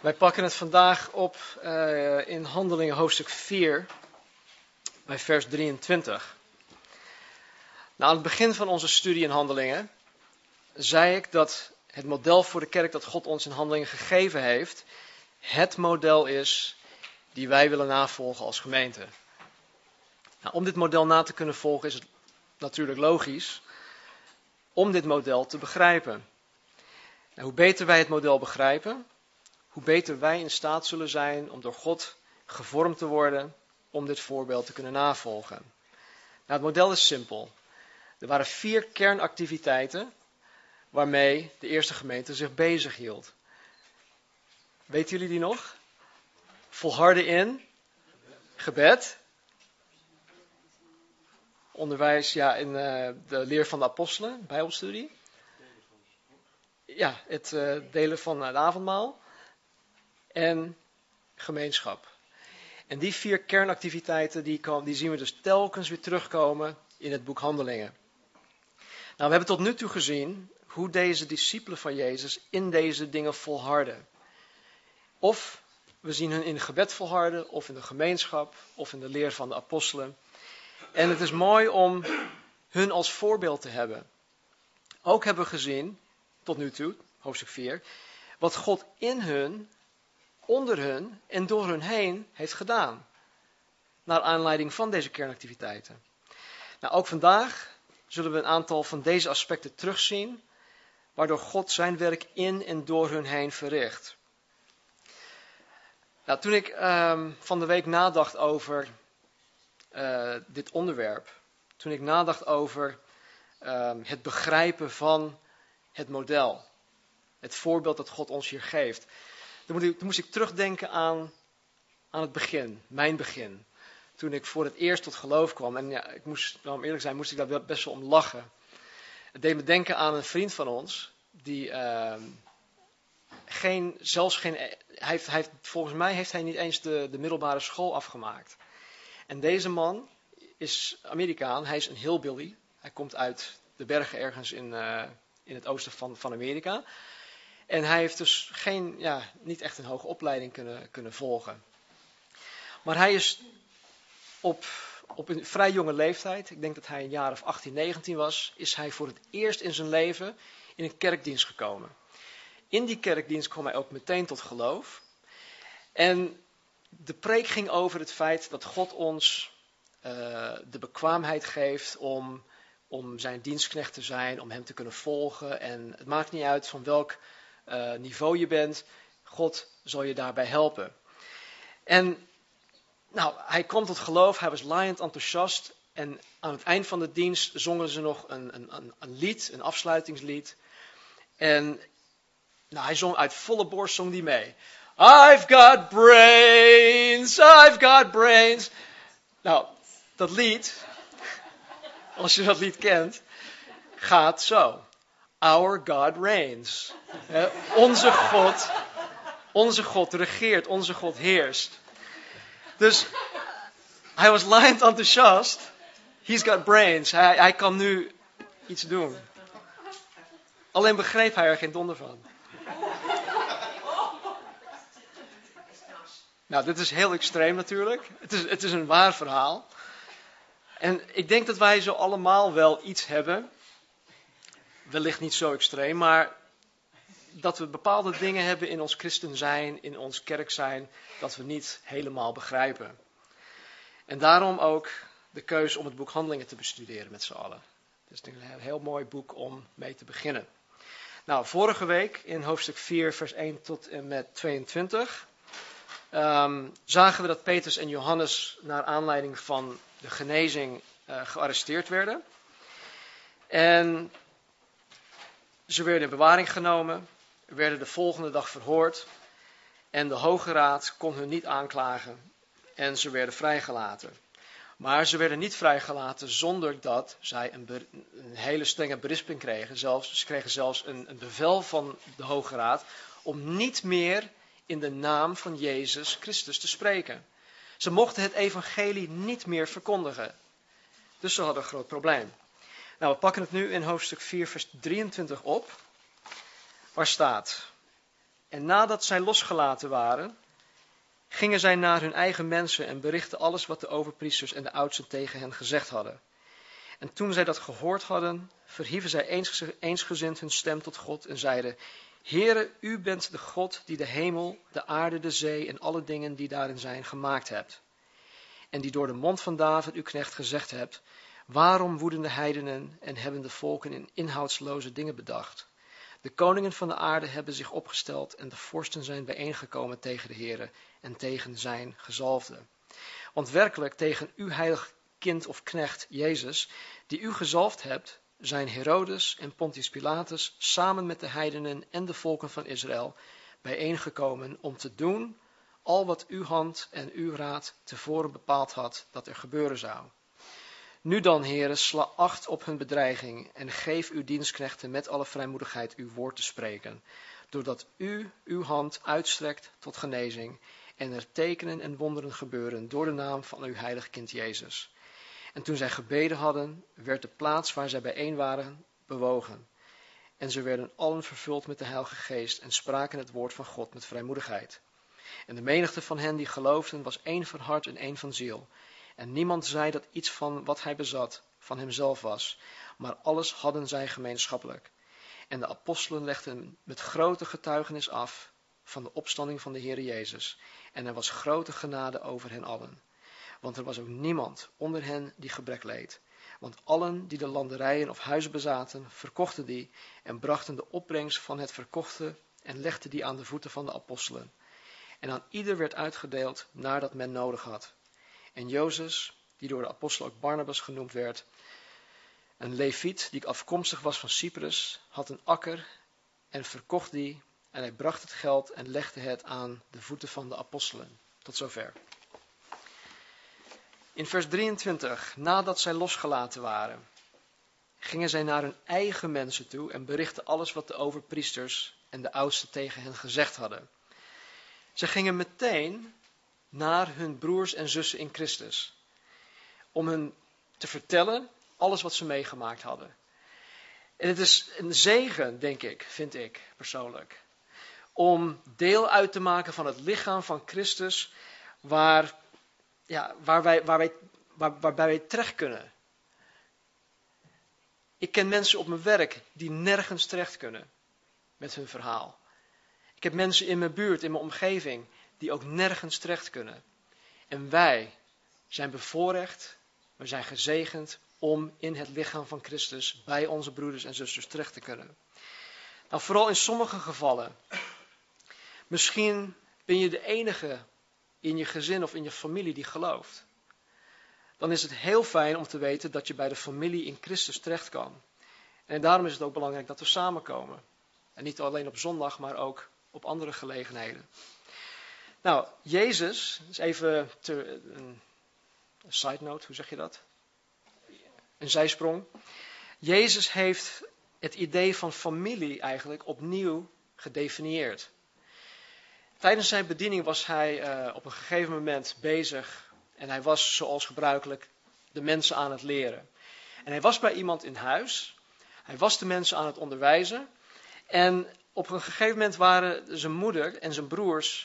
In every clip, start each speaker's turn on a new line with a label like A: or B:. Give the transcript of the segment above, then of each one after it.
A: Wij pakken het vandaag op in Handelingen hoofdstuk 4, bij vers 23. Nou, aan het begin van onze studie in Handelingen zei ik dat het model voor de kerk dat God ons in Handelingen gegeven heeft, het model is die wij willen navolgen als gemeente. Nou, om dit model na te kunnen volgen is het natuurlijk logisch om dit model te begrijpen. Nou, hoe beter wij het model begrijpen, hoe beter wij in staat zullen zijn om door God gevormd te worden om dit voorbeeld te kunnen navolgen. Nou, het model is simpel. Er waren 4 kernactiviteiten waarmee de eerste gemeente zich bezig hield. Weten jullie die nog? Volharden in gebed, onderwijs in de leer van de apostelen, bijbelstudie. Ja, het delen van het avondmaal en gemeenschap. En die 4 kernactiviteiten die zien we dus telkens weer terugkomen in het boek Handelingen. Nou, we hebben tot nu toe gezien hoe deze discipelen van Jezus in deze dingen volharden. Of we zien hun in gebed volharden, of in de gemeenschap, of in de leer van de apostelen. En het is mooi om hun als voorbeeld te hebben. Ook hebben we gezien, tot nu toe, hoofdstuk 4, wat God in hun, onder hun en door hun heen heeft gedaan. Naar aanleiding van deze kernactiviteiten. Nou, ook vandaag zullen we een aantal van deze aspecten terugzien, waardoor God zijn werk in en door hun heen verricht. Nou, toen ik van de week nadacht over dit onderwerp, toen ik nadacht over het begrijpen van het model, het voorbeeld dat God ons hier geeft, toen moest ik terugdenken aan het begin, mijn begin. Toen ik voor het eerst tot geloof kwam, en ja, om eerlijk zijn, moest ik daar best wel om lachen. Het deed me denken aan een vriend van ons, die volgens mij heeft hij niet eens de middelbare school afgemaakt. En deze man is Amerikaan, hij is een hillbilly. Hij komt uit de bergen ergens in het oosten van Amerika. En hij heeft dus niet echt een hoge opleiding kunnen volgen. Maar hij is op een vrij jonge leeftijd, ik denk dat hij een jaar of 18, 19 was, is hij voor het eerst in zijn leven in een kerkdienst gekomen. In die kerkdienst kwam hij ook meteen tot geloof. En de preek ging over het feit dat God ons de bekwaamheid geeft om zijn dienstknecht te zijn, om hem te kunnen volgen. En het maakt niet uit van welk niveau je bent, God zal je daarbij helpen. En nou, hij kwam tot geloof, hij was laaiend enthousiast. En aan het eind van de dienst zongen ze nog een lied, een afsluitingslied. En nou, hij zong uit volle borst die mee. I've got brains, I've got brains. Nou, dat lied, als je dat lied kent, gaat zo. Our God reigns. Onze God regeert, onze God heerst. Dus hij was laaiend enthousiast. He's got brains. Hij kan nu iets doen. Alleen begreep hij er geen donder van. Nou, dit is heel extreem natuurlijk. Het is een waar verhaal. En ik denk dat wij zo allemaal wel iets hebben. Wellicht niet zo extreem, maar dat we bepaalde dingen hebben in ons christen zijn, in ons kerk zijn, dat we niet helemaal begrijpen. En daarom ook de keuze om het boek Handelingen te bestuderen met z'n allen. Het is een heel mooi boek om mee te beginnen. Nou, vorige week in hoofdstuk 4, vers 1 tot en met 22... zagen we dat Petrus en Johannes naar aanleiding van de genezing gearresteerd werden. En ze werden in bewaring genomen, werden de volgende dag verhoord. En de Hoge Raad kon hun niet aanklagen en ze werden vrijgelaten. Maar ze werden niet vrijgelaten zonder dat zij een hele strenge berisping kregen. Ze kregen zelfs een bevel van de Hoge Raad om niet meer in de naam van Jezus Christus te spreken. Ze mochten het evangelie niet meer verkondigen. Dus ze hadden een groot probleem. Nou, we pakken het nu in hoofdstuk 4, vers 23 op. Waar staat: En nadat zij losgelaten waren, gingen zij naar hun eigen mensen en berichtten alles wat de overpriesters en de oudsten tegen hen gezegd hadden. En toen zij dat gehoord hadden, verhieven zij eensgezind hun stem tot God en zeiden: Heere, u bent de God die de hemel, de aarde, de zee en alle dingen die daarin zijn gemaakt hebt. En die door de mond van David uw knecht gezegd hebt: Waarom woeden de heidenen en hebben de volken in inhoudsloze dingen bedacht? De koningen van de aarde hebben zich opgesteld en de vorsten zijn bijeengekomen tegen de Heere en tegen zijn gezalfde. Want werkelijk tegen uw heilig kind of knecht, Jezus, die u gezalfd hebt, zijn Herodes en Pontius Pilatus samen met de heidenen en de volken van Israël bijeengekomen om te doen al wat uw hand en uw raad tevoren bepaald had dat er gebeuren zou. Nu dan, heren, sla acht op hun bedreiging en geef uw dienstknechten met alle vrijmoedigheid uw woord te spreken, doordat u uw hand uitstrekt tot genezing en er tekenen en wonderen gebeuren door de naam van uw heilig kind Jezus. En toen zij gebeden hadden, werd de plaats waar zij bijeen waren bewogen. En ze werden allen vervuld met de Heilige Geest en spraken het woord van God met vrijmoedigheid. En de menigte van hen die geloofden was één van hart en één van ziel. En niemand zei dat iets van wat hij bezat van hemzelf was, maar alles hadden zij gemeenschappelijk. En de apostelen legden met grote getuigenis af van de opstanding van de Heere Jezus. En er was grote genade over hen allen. Want er was ook niemand onder hen die gebrek leed. Want allen die de landerijen of huizen bezaten, verkochten die en brachten de opbrengst van het verkochte en legden die aan de voeten van de apostelen. En aan ieder werd uitgedeeld naar dat men nodig had. En Jozef, die door de apostel ook Barnabas genoemd werd, een Leviet die afkomstig was van Cyprus, had een akker en verkocht die en hij bracht het geld en legde het aan de voeten van de apostelen. Tot zover. In vers 23, nadat zij losgelaten waren, gingen zij naar hun eigen mensen toe en berichtten alles wat de overpriesters en de oudsten tegen hen gezegd hadden. Ze gingen meteen naar hun broers en zussen in Christus, om hun te vertellen alles wat ze meegemaakt hadden. En het is een zegen, denk ik, vind ik persoonlijk, om deel uit te maken van het lichaam van Christus, waarbij wij terecht kunnen. Ik ken mensen op mijn werk die nergens terecht kunnen met hun verhaal. Ik heb mensen in mijn buurt, in mijn omgeving, die ook nergens terecht kunnen. En wij zijn bevoorrecht, we zijn gezegend om in het lichaam van Christus bij onze broeders en zusters terecht te kunnen. Nou, vooral in sommige gevallen. Misschien ben je de enige in je gezin of in je familie die gelooft. Dan is het heel fijn om te weten dat je bij de familie in Christus terecht kan. En daarom is het ook belangrijk dat we samenkomen. En niet alleen op zondag, maar ook op andere gelegenheden. Nou, Jezus, is even een side note, hoe zeg je dat? Een zijsprong. Jezus heeft het idee van familie eigenlijk opnieuw gedefinieerd. Tijdens zijn bediening was hij op een gegeven moment bezig en hij was zoals gebruikelijk de mensen aan het leren. En hij was bij iemand in huis, hij was de mensen aan het onderwijzen en op een gegeven moment waren zijn moeder en zijn broers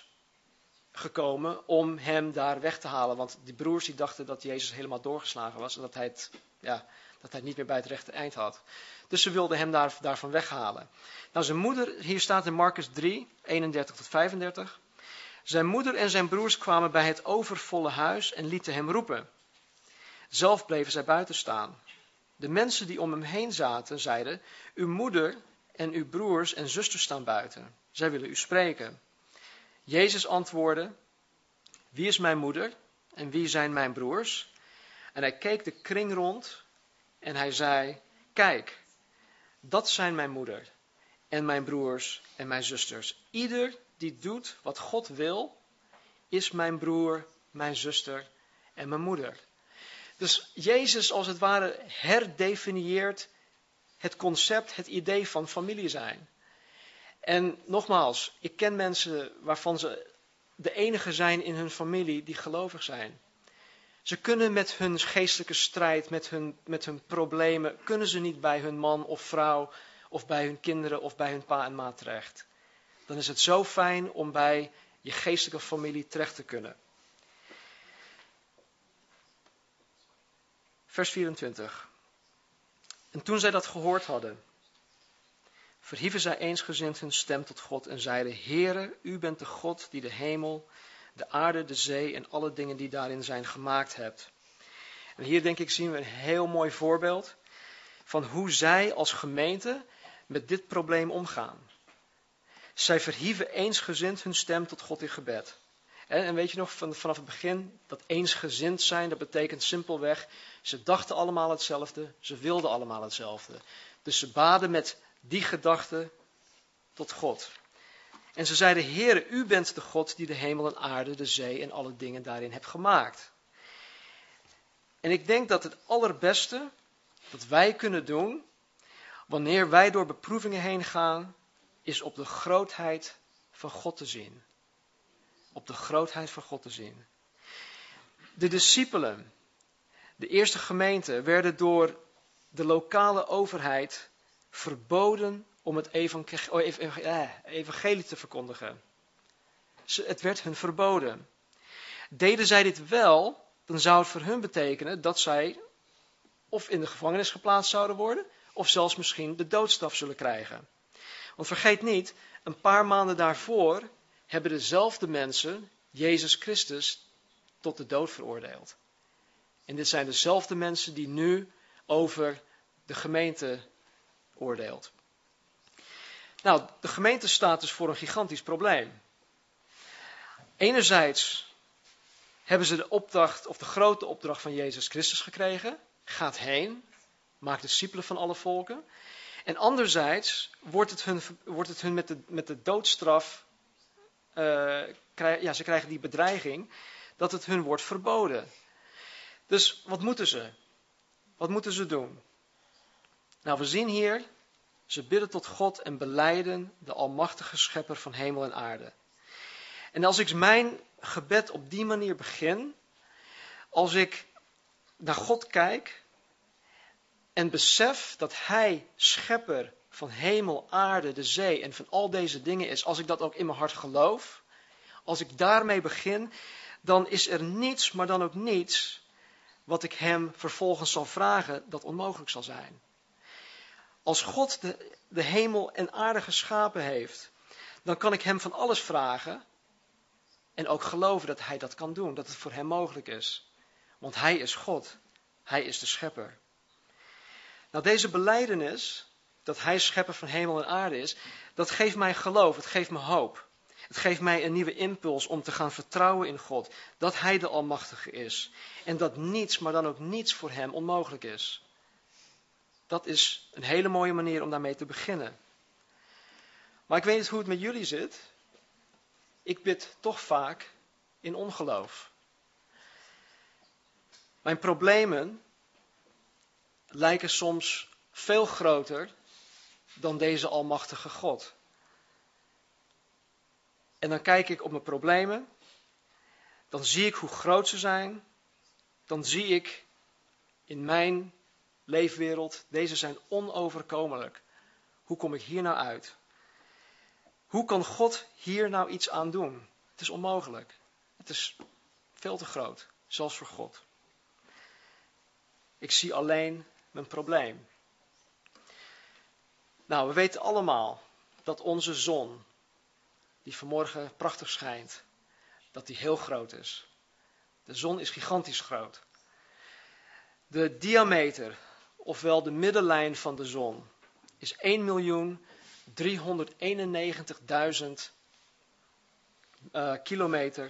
A: gekomen om hem daar weg te halen. Want die broers die dachten dat Jezus helemaal doorgeslagen was en dat hij het niet meer bij het rechte eind had. Dus ze wilden hem daarvan weghalen. Nou, zijn moeder, hier staat in Marcus 3, 31 tot 35. Zijn moeder en zijn broers kwamen bij het overvolle huis en lieten hem roepen. Zelf bleven zij buiten staan. De mensen die om hem heen zaten, zeiden: Uw moeder en uw broers en zusters staan buiten. Zij willen u spreken. Jezus antwoordde: Wie is mijn moeder en wie zijn mijn broers? En hij keek de kring rond en hij zei: Kijk, dat zijn mijn moeder en mijn broers en mijn zusters. Ieder die doet wat God wil, is mijn broer, mijn zuster en mijn moeder. Dus Jezus als het ware herdefinieert het concept, het idee van familie zijn. En nogmaals, ik ken mensen waarvan ze de enige zijn in hun familie die gelovig zijn. Ze kunnen met hun geestelijke strijd, met hun problemen, kunnen ze niet bij hun man of vrouw of bij hun kinderen of bij hun pa en ma terecht. dan is het zo fijn om bij je geestelijke familie terecht te kunnen. Vers 24. En toen zij dat gehoord hadden, verhieven zij eensgezind hun stem tot God en zeiden: Heere, u bent de God die de hemel, de aarde, de zee en alle dingen die daarin zijn gemaakt hebt. En hier denk ik zien we een heel mooi voorbeeld van hoe zij als gemeente met dit probleem omgaan. Zij verhieven eensgezind hun stem tot God in gebed. En weet je nog vanaf het begin, dat eensgezind zijn, dat betekent simpelweg, ze dachten allemaal hetzelfde, ze wilden allemaal hetzelfde. Dus ze baden met die gedachte tot God. En ze zeiden: Heere, u bent de God die de hemel en aarde, de zee en alle dingen daarin hebt gemaakt. En ik denk dat het allerbeste dat wij kunnen doen, wanneer wij door beproevingen heen gaan, is op de grootheid van God te zien. Op de grootheid van God te zien. De discipelen, de eerste gemeente, werden door de lokale overheid verboden om het evangelie te verkondigen. Het werd hun verboden. Deden zij dit wel, dan zou het voor hun betekenen dat zij of in de gevangenis geplaatst zouden worden, of zelfs misschien de doodstraf zullen krijgen. Want vergeet niet, een paar maanden daarvoor hebben dezelfde mensen Jezus Christus tot de dood veroordeeld. En dit zijn dezelfde mensen die nu over de gemeente oordeelt. Nou, de gemeente staat dus voor een gigantisch probleem. Enerzijds hebben ze de opdracht, of de grote opdracht van Jezus Christus gekregen. Gaat heen, maak discipelen van alle volken. En anderzijds wordt het hun met de doodstraf, ze krijgen die bedreiging, dat het hun wordt verboden. Dus wat moeten ze? Wat moeten ze doen? Nou, we zien hier, ze bidden tot God en belijden de almachtige schepper van hemel en aarde. En als ik mijn gebed op die manier begin, als ik naar God kijk en besef dat Hij schepper van hemel, aarde, de zee en van al deze dingen is, als ik dat ook in mijn hart geloof, als ik daarmee begin, dan is er niets, maar dan ook niets, wat ik Hem vervolgens zal vragen, dat onmogelijk zal zijn. Als God de hemel en aarde geschapen heeft, dan kan ik Hem van alles vragen en ook geloven dat Hij dat kan doen, dat het voor Hem mogelijk is. Want Hij is God, Hij is de schepper. Nou, deze belijdenis, dat Hij schepper van hemel en aarde is, dat geeft mij geloof, het geeft me hoop. Het geeft mij een nieuwe impuls om te gaan vertrouwen in God, dat Hij de Almachtige is. En dat niets, maar dan ook niets voor Hem onmogelijk is. Dat is een hele mooie manier om daarmee te beginnen. Maar ik weet niet hoe het met jullie zit. Ik bid toch vaak in ongeloof. Mijn problemen lijken soms veel groter dan deze almachtige God. En dan kijk ik op mijn problemen, dan zie ik hoe groot ze zijn, dan zie ik in mijn leefwereld, deze zijn onoverkomelijk. Hoe kom ik hier nou uit? Hoe kan God hier nou iets aan doen? Het is onmogelijk. Het is veel te groot, zelfs voor God. Ik zie alleen mijn probleem. Nou, we weten allemaal dat onze zon, die vanmorgen prachtig schijnt, dat die heel groot is. De zon is gigantisch groot. De diameter, ofwel de middenlijn van de zon, is 1.391.000 kilometer.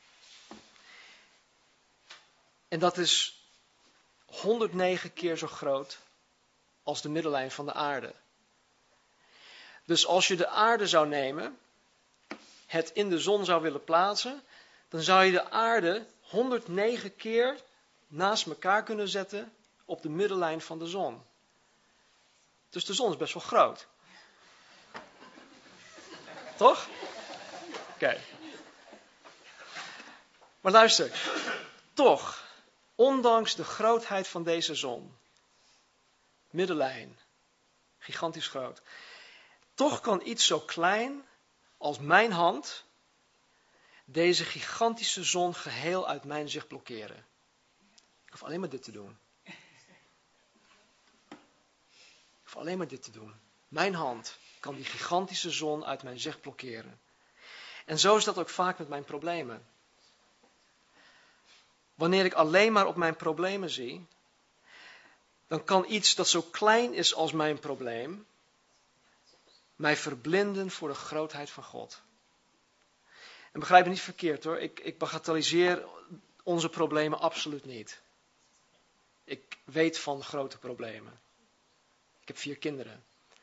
A: En dat is 109 keer zo groot als de middenlijn van de aarde. Dus als je de aarde zou nemen, het in de zon zou willen plaatsen, dan zou je de aarde 109 keer naast elkaar kunnen zetten op de middenlijn van de zon. Dus de zon is best wel groot. Toch? Oké. Maar luister, toch, ondanks de grootheid van deze zon, middenlijn, gigantisch groot, toch kan iets zo klein als mijn hand deze gigantische zon geheel uit mijn zicht blokkeren. Ik hoef alleen maar dit te doen. Ik hoef alleen maar dit te doen. Mijn hand kan die gigantische zon uit mijn zicht blokkeren. En zo is dat ook vaak met mijn problemen. Wanneer ik alleen maar op mijn problemen zie, dan kan iets dat zo klein is als mijn probleem mij verblinden voor de grootheid van God. En begrijp me niet verkeerd hoor, ik bagatelliseer onze problemen absoluut niet. Ik weet van grote problemen. Ik heb 4 kinderen.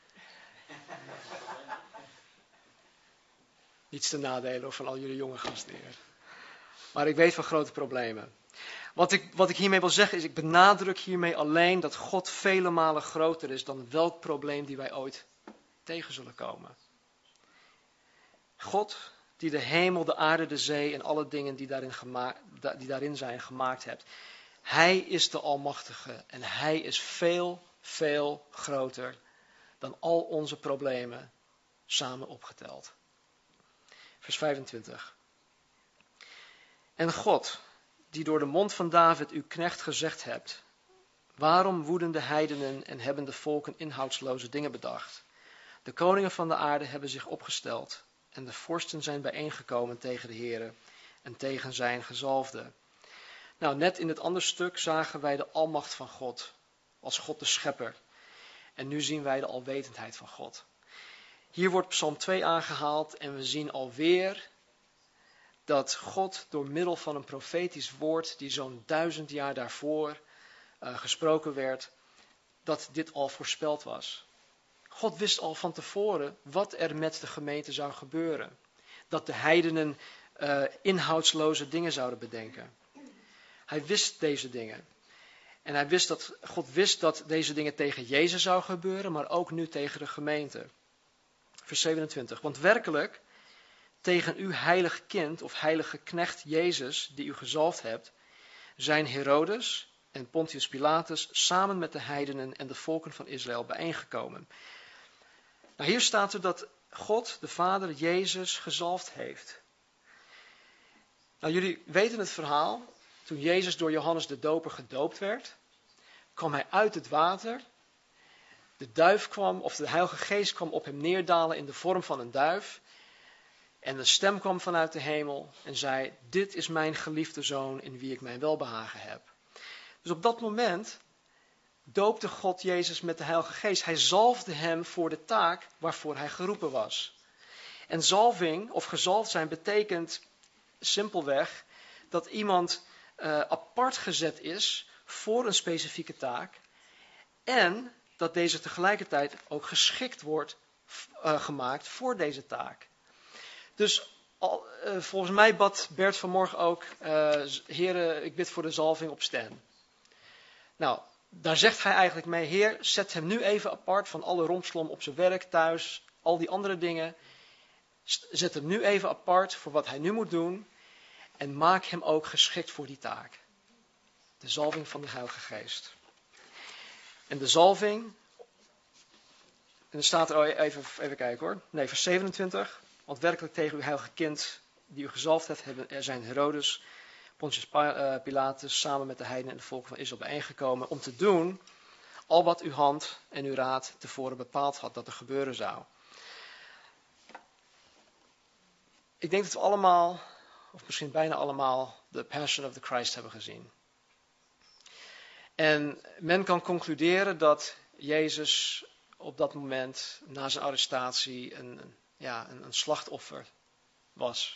A: Niets te nadelen van al jullie jonge gasten hier. Maar ik weet van grote problemen. Wat ik hiermee wil zeggen is, ik benadruk hiermee alleen dat God vele malen groter is dan welk probleem die wij ooit tegen zullen komen. God die de hemel, de aarde, de zee en alle dingen die daarin zijn gemaakt hebt. Hij is de Almachtige en hij is veel, veel groter dan al onze problemen samen opgeteld. Vers 25. En God, die door de mond van David uw knecht gezegd hebt, waarom woeden de heidenen en hebben de volken inhoudsloze dingen bedacht? De koningen van de aarde hebben zich opgesteld en de vorsten zijn bijeengekomen tegen de Heere en tegen zijn gezalfde. Nou, net in het andere stuk zagen wij de almacht van God, als God de schepper. En nu zien wij de alwetendheid van God. Hier wordt Psalm 2 aangehaald en we zien alweer dat God door middel van een profetisch woord, die zo'n 1000 jaar daarvoor gesproken werd, dat dit al voorspeld was. God wist al van tevoren wat er met de gemeente zou gebeuren. Dat de heidenen inhoudsloze dingen zouden bedenken. Hij wist deze dingen. En God wist dat deze dingen tegen Jezus zou gebeuren, maar ook nu tegen de gemeente. Vers 27. Want werkelijk, tegen uw heilig kind of heilige knecht Jezus, die u gezalfd hebt, zijn Herodes en Pontius Pilatus samen met de heidenen en de volken van Israël bijeengekomen. Nou, hier staat er dat God, de Vader, Jezus gezalfd heeft. Nou, jullie weten het verhaal. Toen Jezus door Johannes de Doper gedoopt werd, kwam hij uit het water. De duif kwam, of de Heilige Geest kwam op hem neerdalen in de vorm van een duif. En een stem kwam vanuit de hemel en zei, dit is mijn geliefde zoon in wie ik mijn welbehagen heb. Dus op dat moment doopte God Jezus met de Heilige Geest. Hij zalfde hem voor de taak waarvoor hij geroepen was. En zalving of gezalfd zijn betekent simpelweg dat iemand apart gezet is voor een specifieke taak. En dat deze tegelijkertijd ook geschikt wordt gemaakt voor deze taak. Dus volgens mij bad Bert vanmorgen ook, Heere, ik bid voor de zalving op Stan. Nou, daar zegt hij eigenlijk mee, Heer, zet hem nu even apart van alle rompslom op zijn werk, thuis, al die andere dingen. Zet hem nu even apart voor wat hij nu moet doen. En maak hem ook geschikt voor die taak. De zalving van de Heilige Geest. En de zalving, en dan staat er, even kijken hoor. Nee, vers 27. Want werkelijk tegen uw heilige kind, die u gezalfd hebt, er zijn Herodes, Pontius Pilatus, samen met de heidenen en de volken van Israël bijeengekomen om te doen al wat uw hand en uw raad tevoren bepaald had dat er gebeuren zou. Ik denk dat we allemaal, of misschien bijna allemaal, The Passion of the Christ hebben gezien. En men kan concluderen dat Jezus op dat moment, na zijn arrestatie, een slachtoffer was.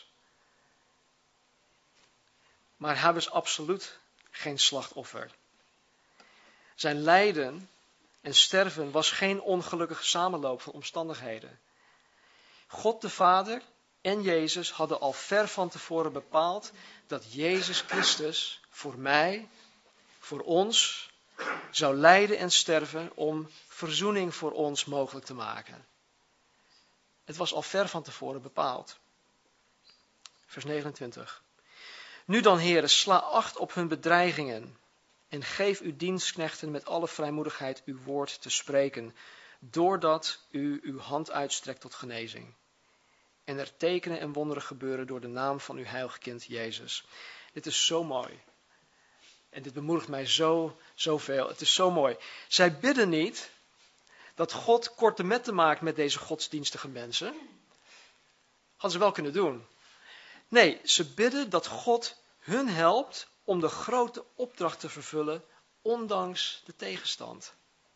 A: Maar hij was absoluut geen slachtoffer. Zijn lijden en sterven was geen ongelukkige samenloop van omstandigheden. God de Vader en Jezus hadden al ver van tevoren bepaald dat Jezus Christus voor mij, voor ons, zou lijden en sterven om verzoening voor ons mogelijk te maken. Het was al ver van tevoren bepaald. Vers 29. Nu dan, heren, sla acht op hun bedreigingen en geef uw dienstknechten met alle vrijmoedigheid uw woord te spreken, doordat u uw hand uitstrekt tot genezing. En er tekenen en wonderen gebeuren door de naam van uw heilige kind Jezus. Dit is zo mooi. En dit bemoedigt mij zoveel. Het is zo mooi. Zij bidden niet dat God korte metten maakt met deze godsdienstige mensen. Hadden ze wel kunnen doen. Nee, ze bidden dat God hun helpt om de grote opdracht te vervullen, ondanks de tegenstand.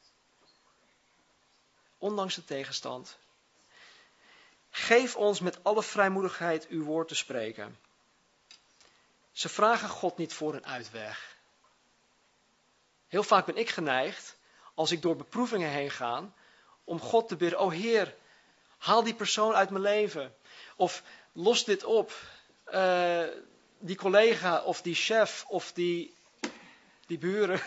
A: Ondanks de tegenstand. Geef ons met alle vrijmoedigheid uw woord te spreken. Ze vragen God niet voor een uitweg. Heel vaak ben ik geneigd, als ik door beproevingen heen ga, om God te bidden, o Heer, haal die persoon uit mijn leven. Of los dit op. Die collega of die chef of die buren.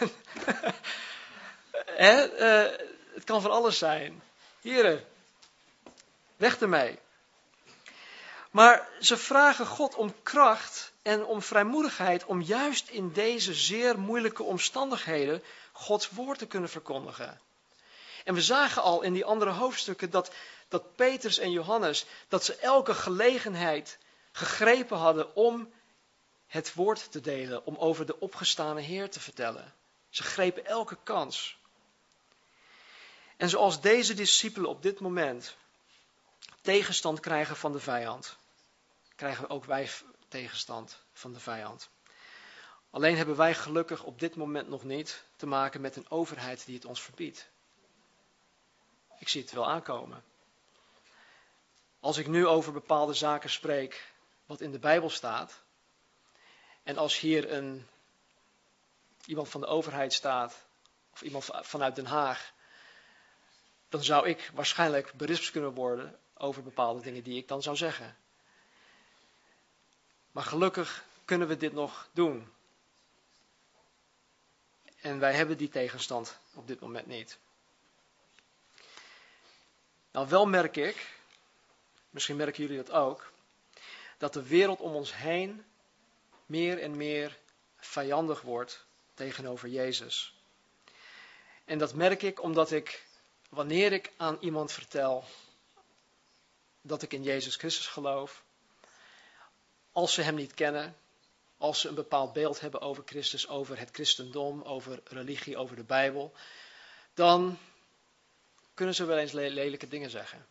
A: Het kan van alles zijn. Heere, weg ermee. Maar ze vragen God om kracht en om vrijmoedigheid om juist in deze zeer moeilijke omstandigheden Gods woord te kunnen verkondigen. En we zagen al in die andere hoofdstukken dat Petrus en Johannes, dat ze elke gelegenheid gegrepen hadden om het woord te delen, om over de opgestane Heer te vertellen. Ze grepen elke kans. En zoals deze discipelen op dit moment tegenstand krijgen van de vijand, krijgen ook wij tegenstand van de vijand. Alleen hebben wij gelukkig op dit moment nog niet te maken met een overheid die het ons verbiedt. Ik zie het wel aankomen. Als ik nu over bepaalde zaken spreek wat in de Bijbel staat, en als hier iemand van de overheid staat, of iemand vanuit Den Haag, dan zou ik waarschijnlijk berispt kunnen worden over bepaalde dingen die ik dan zou zeggen. Maar gelukkig kunnen we dit nog doen. En wij hebben die tegenstand op dit moment niet. Nou, wel merk ik, misschien merken jullie dat ook, dat de wereld om ons heen meer en meer vijandig wordt tegenover Jezus. En dat merk ik omdat wanneer ik aan iemand vertel dat ik in Jezus Christus geloof, als ze hem niet kennen, als ze een bepaald beeld hebben over Christus, over het christendom, over religie, over de Bijbel, dan kunnen ze wel eens lelijke dingen zeggen.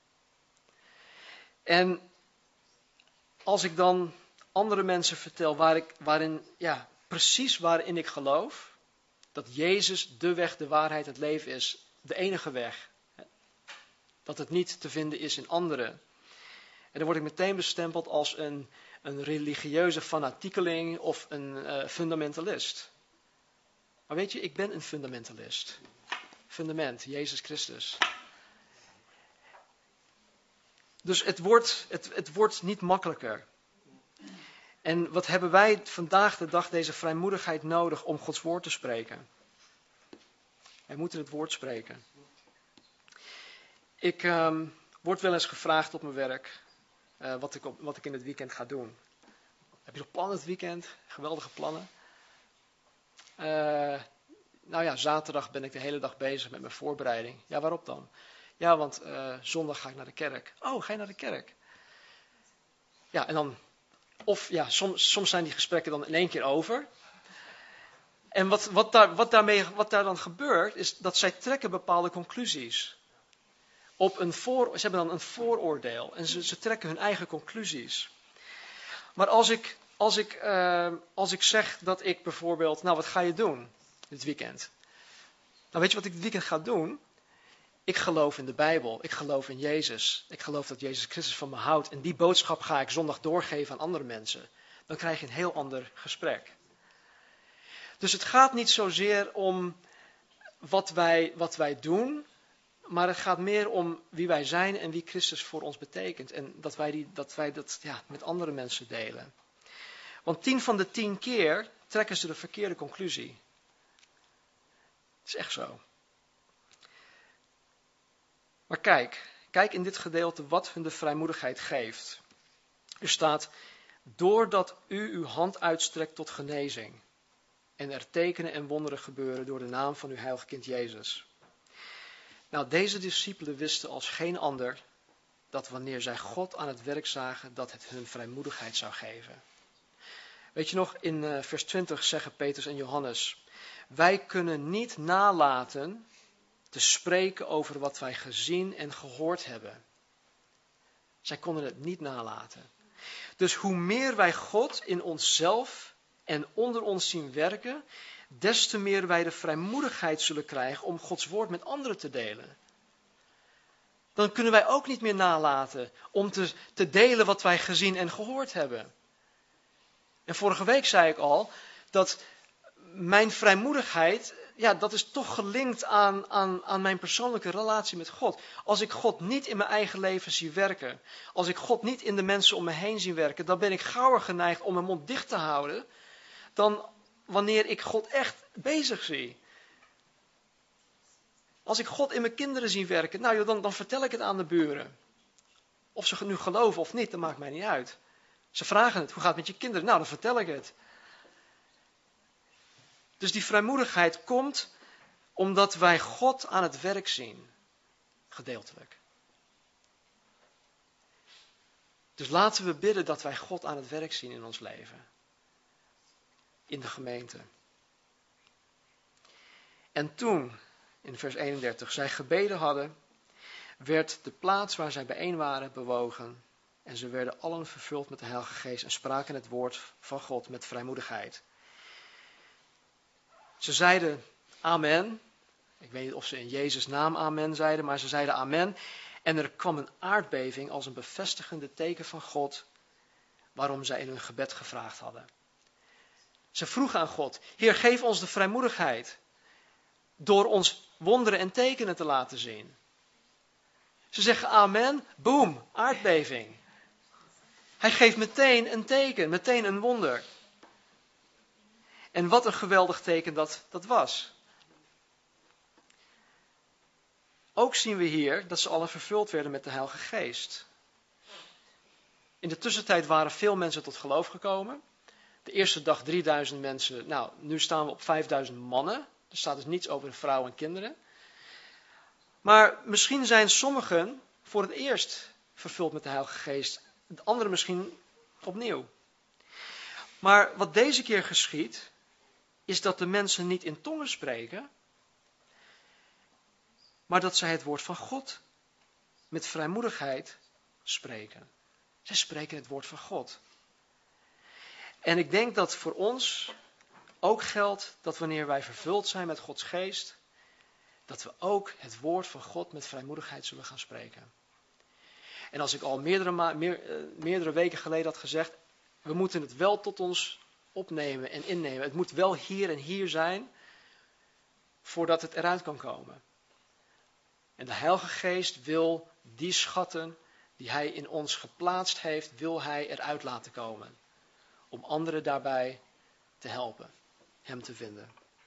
A: En als ik dan andere mensen vertel precies waarin ik geloof, dat Jezus de weg, de waarheid, het leven is, de enige weg, dat het niet te vinden is in anderen. En dan word ik meteen bestempeld als een religieuze fanatiekeling of een fundamentalist. Maar weet je, ik ben een fundamentalist. Fundament, Jezus Christus. Dus het wordt niet makkelijker. En wat hebben wij vandaag de dag deze vrijmoedigheid nodig om Gods woord te spreken? Wij moeten het woord spreken. Ik word wel eens gevraagd op mijn werk wat ik in het weekend ga doen. Heb je nog plannen het weekend? Geweldige plannen. Zaterdag ben ik de hele dag bezig met mijn voorbereiding. Ja, waarop dan? Ja, want zondag ga ik naar de kerk. Oh, ga je naar de kerk? Ja, en dan... soms zijn die gesprekken dan in één keer over. En wat daar dan gebeurt, is dat zij trekken bepaalde conclusies. Ze hebben dan een vooroordeel. En ze trekken hun eigen conclusies. Maar als ik zeg dat ik bijvoorbeeld... wat ga je doen dit weekend? Nou, weet je wat ik dit weekend ga doen? Ik geloof in de Bijbel. Ik geloof in Jezus. Ik geloof dat Jezus Christus van me houdt. En die boodschap ga ik zondag doorgeven aan andere mensen. Dan krijg je een heel ander gesprek. Dus het gaat niet zozeer om wat wij doen. Maar het gaat meer om wie wij zijn en wie Christus voor ons betekent. En dat wij dat met andere mensen delen. Want 10 van de 10 keer trekken ze de verkeerde conclusie. Het is echt zo. Maar kijk in dit gedeelte wat hun de vrijmoedigheid geeft. Er staat, doordat u uw hand uitstrekt tot genezing. En er tekenen en wonderen gebeuren door de naam van uw heilige kind Jezus. Nou, deze discipelen wisten als geen ander dat wanneer zij God aan het werk zagen, dat het hun vrijmoedigheid zou geven. Weet je nog, in vers 20 zeggen Petrus en Johannes: wij kunnen niet nalaten te spreken over wat wij gezien en gehoord hebben. Zij konden het niet nalaten. Dus hoe meer wij God in onszelf en onder ons zien werken, des te meer wij de vrijmoedigheid zullen krijgen om Gods woord met anderen te delen. Dan kunnen wij ook niet meer nalaten om te delen wat wij gezien en gehoord hebben. En vorige week zei ik al dat mijn vrijmoedigheid, ja, dat is toch gelinkt aan mijn persoonlijke relatie met God. Als ik God niet in mijn eigen leven zie werken, als ik God niet in de mensen om me heen zie werken, dan ben ik gauwer geneigd om mijn mond dicht te houden dan wanneer ik God echt bezig zie. Als ik God in mijn kinderen zie werken, nou joh, dan vertel ik het aan de buren. Of ze nu geloven of niet, dat maakt mij niet uit. Ze vragen het, hoe gaat het met je kinderen? Nou, dan vertel ik het. Dus die vrijmoedigheid komt omdat wij God aan het werk zien. Gedeeltelijk. Dus laten we bidden dat wij God aan het werk zien in ons leven. In de gemeente. En toen, in vers 31, zij gebeden hadden, werd de plaats waar zij bijeen waren bewogen. En ze werden allen vervuld met de Heilige Geest en spraken het woord van God met vrijmoedigheid. Ze zeiden amen. Ik weet niet of ze in Jezus' naam amen zeiden, maar ze zeiden amen. En er kwam een aardbeving als een bevestigende teken van God, waarom zij in hun gebed gevraagd hadden. Ze vroegen aan God: Heer, geef ons de vrijmoedigheid door ons wonderen en tekenen te laten zien. Ze zeggen amen, boem, aardbeving. Hij geeft meteen een teken, meteen een wonder. En wat een geweldig teken dat was. Ook zien we hier dat ze allen vervuld werden met de Heilige Geest. In de tussentijd waren veel mensen tot geloof gekomen. De eerste dag 3000 mensen. Nou, nu staan we op 5000 mannen. Er staat dus niets over de vrouwen en kinderen. Maar misschien zijn sommigen voor het eerst vervuld met de Heilige Geest. De anderen misschien opnieuw. Maar wat deze keer geschiet, is dat de mensen niet in tongen spreken, maar dat zij het woord van God met vrijmoedigheid spreken. Zij spreken het woord van God. En ik denk dat voor ons ook geldt dat wanneer wij vervuld zijn met Gods geest, dat we ook het woord van God met vrijmoedigheid zullen gaan spreken. En als ik al meerdere weken geleden had gezegd, we moeten het wel tot ons opnemen en innemen. Het moet wel hier en hier zijn, voordat het eruit kan komen. En de Heilige Geest wil die schatten die Hij in ons geplaatst heeft, wil Hij eruit laten komen. Om anderen daarbij te helpen, Hem te vinden.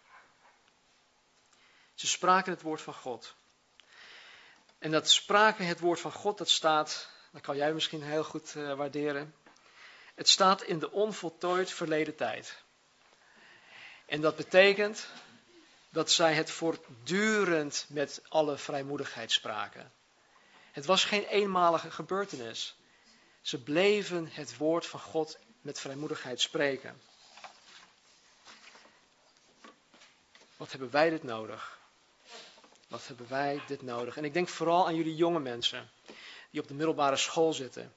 A: Ze spraken het woord van God. En dat spraken het woord van God, dat staat, dat kan jij misschien heel goed waarderen. Het staat in de onvoltooid verleden tijd. En dat betekent dat zij het voortdurend met alle vrijmoedigheid spraken. Het was geen eenmalige gebeurtenis. Ze bleven het woord van God met vrijmoedigheid spreken. Wat hebben wij dit nodig? Wat hebben wij dit nodig? En ik denk vooral aan jullie jonge mensen die op de middelbare school zitten.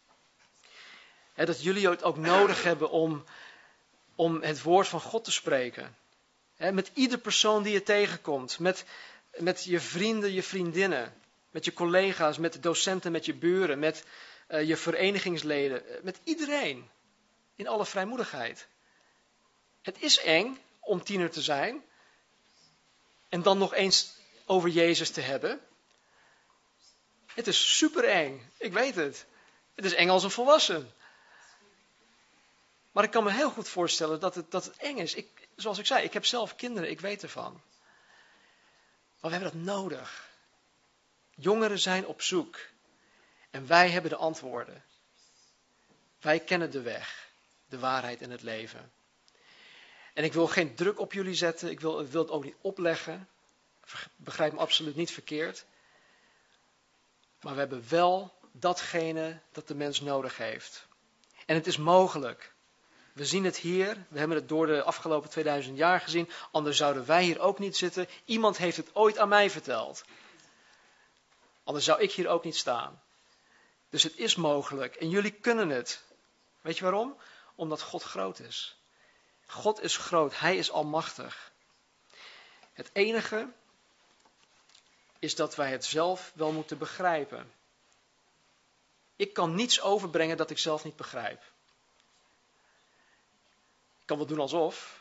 A: Dat jullie het ook nodig hebben om het woord van God te spreken. Met ieder persoon die je tegenkomt. Met je vrienden, je vriendinnen. Met je collega's, met de docenten, met je buren. Met je verenigingsleden. Met iedereen. In alle vrijmoedigheid. Het is eng om tiener te zijn. En dan nog eens over Jezus te hebben. Het is super eng. Ik weet het. Het is eng als een volwassen. Maar ik kan me heel goed voorstellen dat het eng is. Zoals ik zei, ik heb zelf kinderen, ik weet ervan. Maar we hebben dat nodig. Jongeren zijn op zoek. En wij hebben de antwoorden. Wij kennen de weg, de waarheid en het leven. En ik wil geen druk op jullie zetten, ik wil het ook niet opleggen. Begrijp me absoluut niet verkeerd. Maar we hebben wel datgene dat de mens nodig heeft. En het is mogelijk. We zien het hier, we hebben het door de afgelopen 2000 jaar gezien, anders zouden wij hier ook niet zitten. Iemand heeft het ooit aan mij verteld. Anders zou ik hier ook niet staan. Dus het is mogelijk en jullie kunnen het. Weet je waarom? Omdat God groot is. God is groot, Hij is almachtig. Het enige is dat wij het zelf wel moeten begrijpen. Ik kan niets overbrengen dat ik zelf niet begrijp. Ik kan wel doen alsof.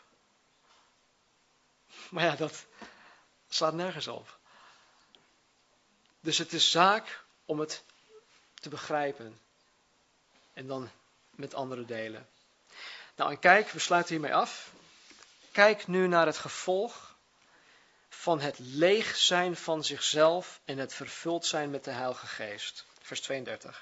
A: Maar ja, dat slaat nergens op. Dus het is zaak om het te begrijpen. En dan met anderen delen. Nou en kijk, we sluiten hiermee af. Kijk nu naar het gevolg van het leeg zijn van zichzelf en het vervuld zijn met de Heilige Geest. Vers 32.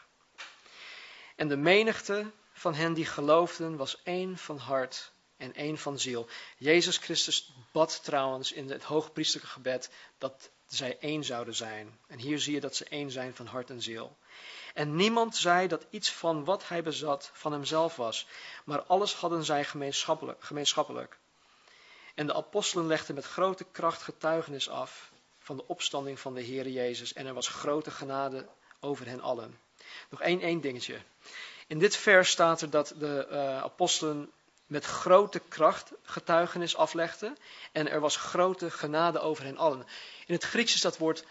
A: En de menigte van hen die geloofden was één van hart en één van ziel. Jezus Christus bad trouwens in het hoogpriesterlijke gebed dat zij één zouden zijn. En hier zie je dat ze één zijn van hart en ziel. En niemand zei dat iets van wat hij bezat van hemzelf was, maar alles hadden zij gemeenschappelijk. En de apostelen legden met grote kracht getuigenis af van de opstanding van de Heer Jezus. En er was grote genade over hen allen. Nog één dingetje. In dit vers staat er dat de apostelen met grote kracht getuigenis aflegden. En er was grote genade over hen allen. In het Grieks is dat woord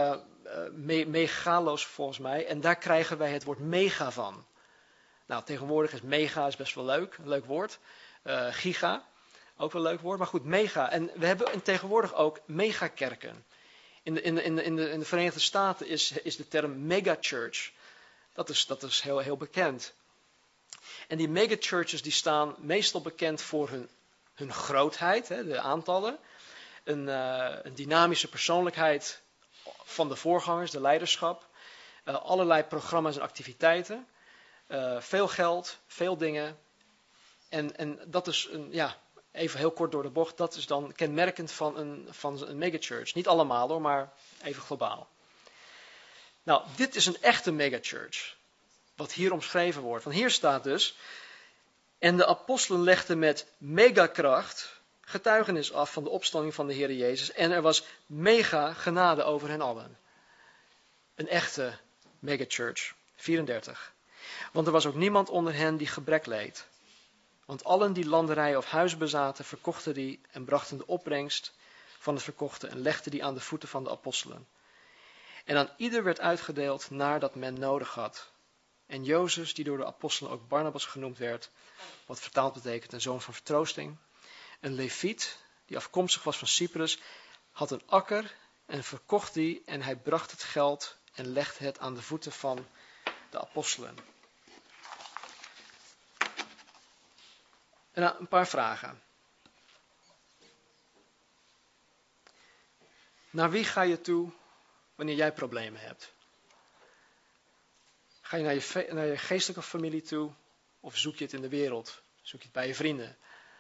A: megalos volgens mij. En daar krijgen wij het woord mega van. Nou, tegenwoordig is mega best wel leuk. Een leuk woord. Giga. Ook wel een leuk woord, maar goed, mega. En we hebben tegenwoordig ook megakerken. In de Verenigde Staten is de term megachurch. Dat is heel bekend. En die megachurches die staan meestal bekend voor hun grootheid, de aantallen. Een dynamische persoonlijkheid van de voorgangers, de leiderschap. Allerlei programma's en activiteiten. Veel geld, veel dingen. En dat is even heel kort door de bocht, dat is dan kenmerkend van een megachurch. Niet allemaal hoor, maar even globaal. Nou, dit is een echte megachurch. Wat hier omschreven wordt. Want hier staat dus, en de apostelen legden met megakracht getuigenis af van de opstanding van de Heer Jezus. En er was mega genade over hen allen. Een echte megachurch. 34. Want er was ook niemand onder hen die gebrek leed. Want allen die landerijen of huizen bezaten, verkochten die en brachten de opbrengst van het verkochte en legden die aan de voeten van de apostelen. En aan ieder werd uitgedeeld naar dat men nodig had. En Jozef, die door de apostelen ook Barnabas genoemd werd, wat vertaald betekent een zoon van vertroosting, een leviet die afkomstig was van Cyprus, had een akker en verkocht die en hij bracht het geld en legde het aan de voeten van de apostelen. En een paar vragen. Naar wie ga je toe wanneer jij problemen hebt? Ga je naar je geestelijke familie toe of zoek je het in de wereld? Zoek je het bij je vrienden?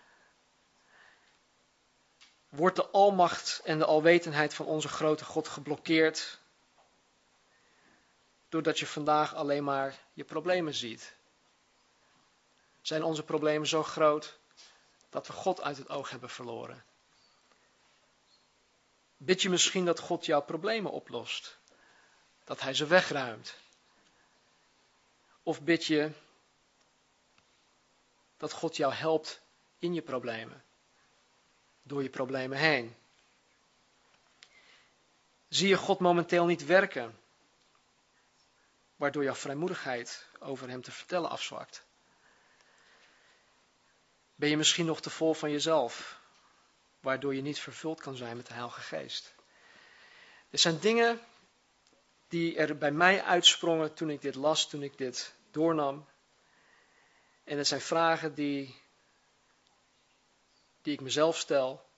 A: Wordt de almacht en de alwetendheid van onze grote God geblokkeerd doordat je vandaag alleen maar je problemen ziet? Zijn onze problemen zo groot dat we God uit het oog hebben verloren? Bid je misschien dat God jouw problemen oplost? Dat Hij ze wegruimt? Of bid je dat God jou helpt in je problemen? Door je problemen heen? Zie je God momenteel niet werken? Waardoor jouw vrijmoedigheid over Hem te vertellen afzwakt? Ben je misschien nog te vol van jezelf? Waardoor je niet vervuld kan zijn met de Heilige Geest? Er zijn dingen die er bij mij uitsprongen toen ik dit las, toen ik dit doornam. En het zijn vragen die ik mezelf stel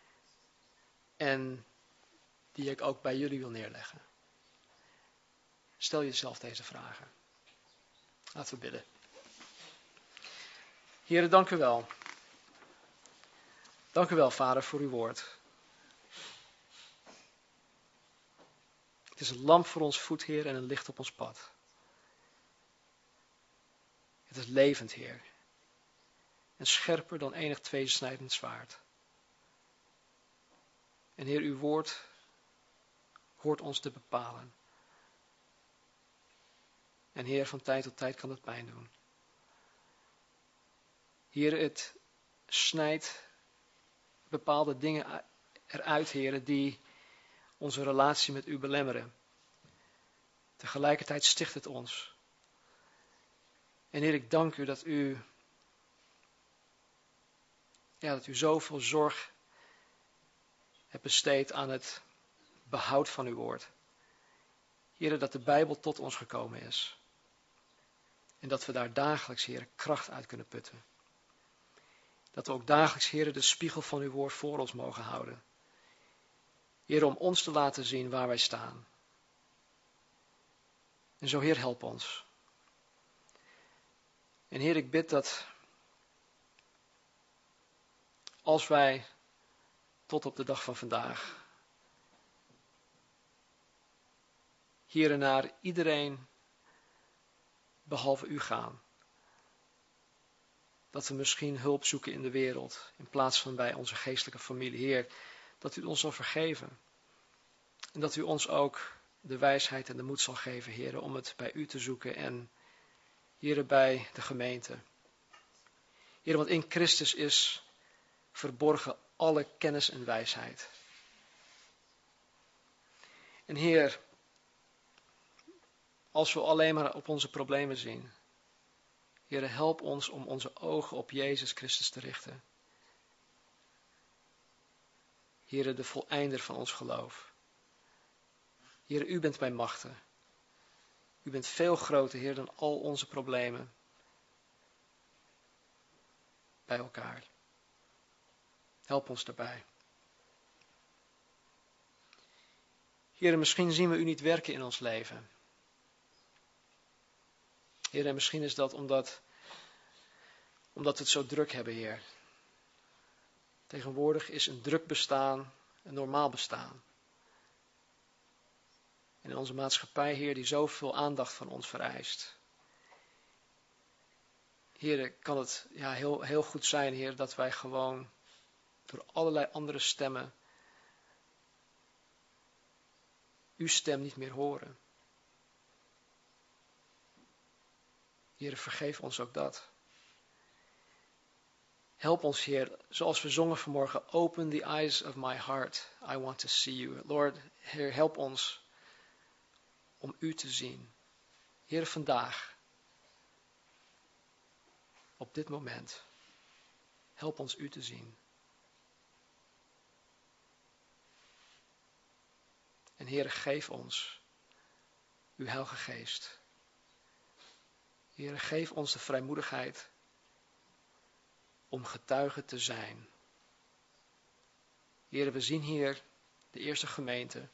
A: en die ik ook bij jullie wil neerleggen. Stel jezelf deze vragen. Laten we bidden. Heere, dank u wel. Dank u wel, Vader, voor uw woord. Het is een lamp voor ons voet, Heer, en een licht op ons pad. Het is levend, Heer. En scherper dan enig tweesnijdend zwaard. En Heer, uw woord hoort ons te bepalen. En Heer, van tijd tot tijd kan het pijn doen. Heer, het snijdt bepaalde dingen eruit, Heer, die onze relatie met u belemmeren. Tegelijkertijd sticht het ons. En Heer, ik dank u dat u zoveel zorg hebt besteed aan het behoud van uw woord. Heer, dat de Bijbel tot ons gekomen is. En dat we daar dagelijks, Heer, kracht uit kunnen putten. Dat we ook dagelijks, Heer, de spiegel van uw woord voor ons mogen houden. Heer, om ons te laten zien waar wij staan. En zo, Heer, help ons. En Heer, ik bid dat als wij tot op de dag van vandaag, Heer, en naar iedereen behalve u gaan. Dat we misschien hulp zoeken in de wereld, in plaats van bij onze geestelijke familie. Heer, dat u ons zal vergeven. En dat u ons ook de wijsheid en de moed zal geven, Heer, om het bij u te zoeken en, Heer, bij de gemeente. Heer, want in Christus is verborgen alle kennis en wijsheid. En Heer, als we alleen maar op onze problemen zien, Heer, help ons om onze ogen op Jezus Christus te richten. Heer, de voleinder van ons geloof. Heer, u bent bij machten. U bent veel groter, Heer, dan al onze problemen bij elkaar. Help ons daarbij. Heer, misschien zien we u niet werken in ons leven. Heer, en misschien is dat omdat we het zo druk hebben, Heer. Tegenwoordig is een druk bestaan een normaal bestaan. En in onze maatschappij, Heer, die zoveel aandacht van ons vereist. Heer, kan het heel goed zijn, Heer, dat wij gewoon door allerlei andere stemmen uw stem niet meer horen. Heer, vergeef ons ook dat. Help ons, Heer, zoals we zongen vanmorgen. Open the eyes of my heart. I want to see you. Lord, Heer, help ons om u te zien. Heer, vandaag. Op dit moment. Help ons u te zien. En Heer, geef ons uw Heilige Geest. Heer, geef ons de vrijmoedigheid om getuige te zijn. Heer, we zien hier de eerste gemeente.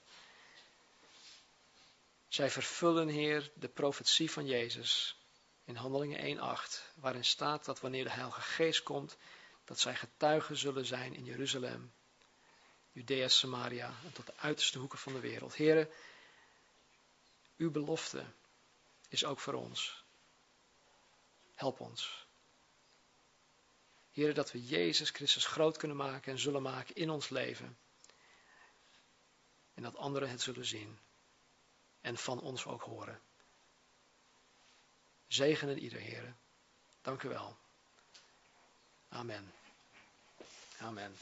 A: Zij vervullen, Heer, de profetie van Jezus in Handelingen 1:8, waarin staat dat wanneer de Heilige Geest komt, dat zij getuigen zullen zijn in Jeruzalem, Judea, Samaria en tot de uiterste hoeken van de wereld. Heer, uw belofte is ook voor ons. Help ons. Heer, dat we Jezus Christus groot kunnen maken en zullen maken in ons leven. En dat anderen het zullen zien. En van ons ook horen. Zegenen ieder, Heer. Dank u wel. Amen. Amen.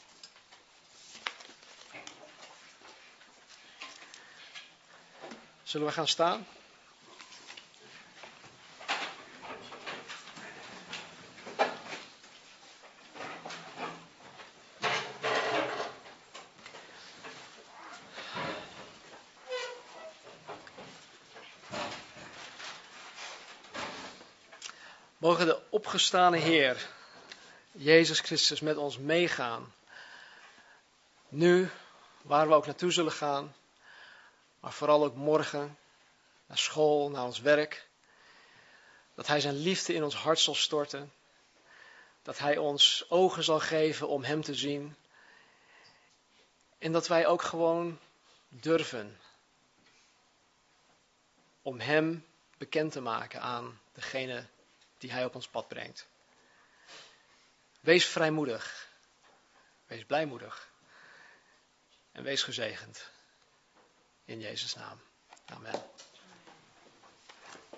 A: Zullen we gaan staan? Mogen de opgestane Heer, Jezus Christus, met ons meegaan. Nu, waar we ook naartoe zullen gaan, maar vooral ook morgen, naar school, naar ons werk. Dat Hij zijn liefde in ons hart zal storten. Dat Hij ons ogen zal geven om Hem te zien. En dat wij ook gewoon durven om Hem bekend te maken aan degene die hij op ons pad brengt. Wees vrijmoedig. Wees blijmoedig. En wees gezegend. In Jezus' naam. Amen.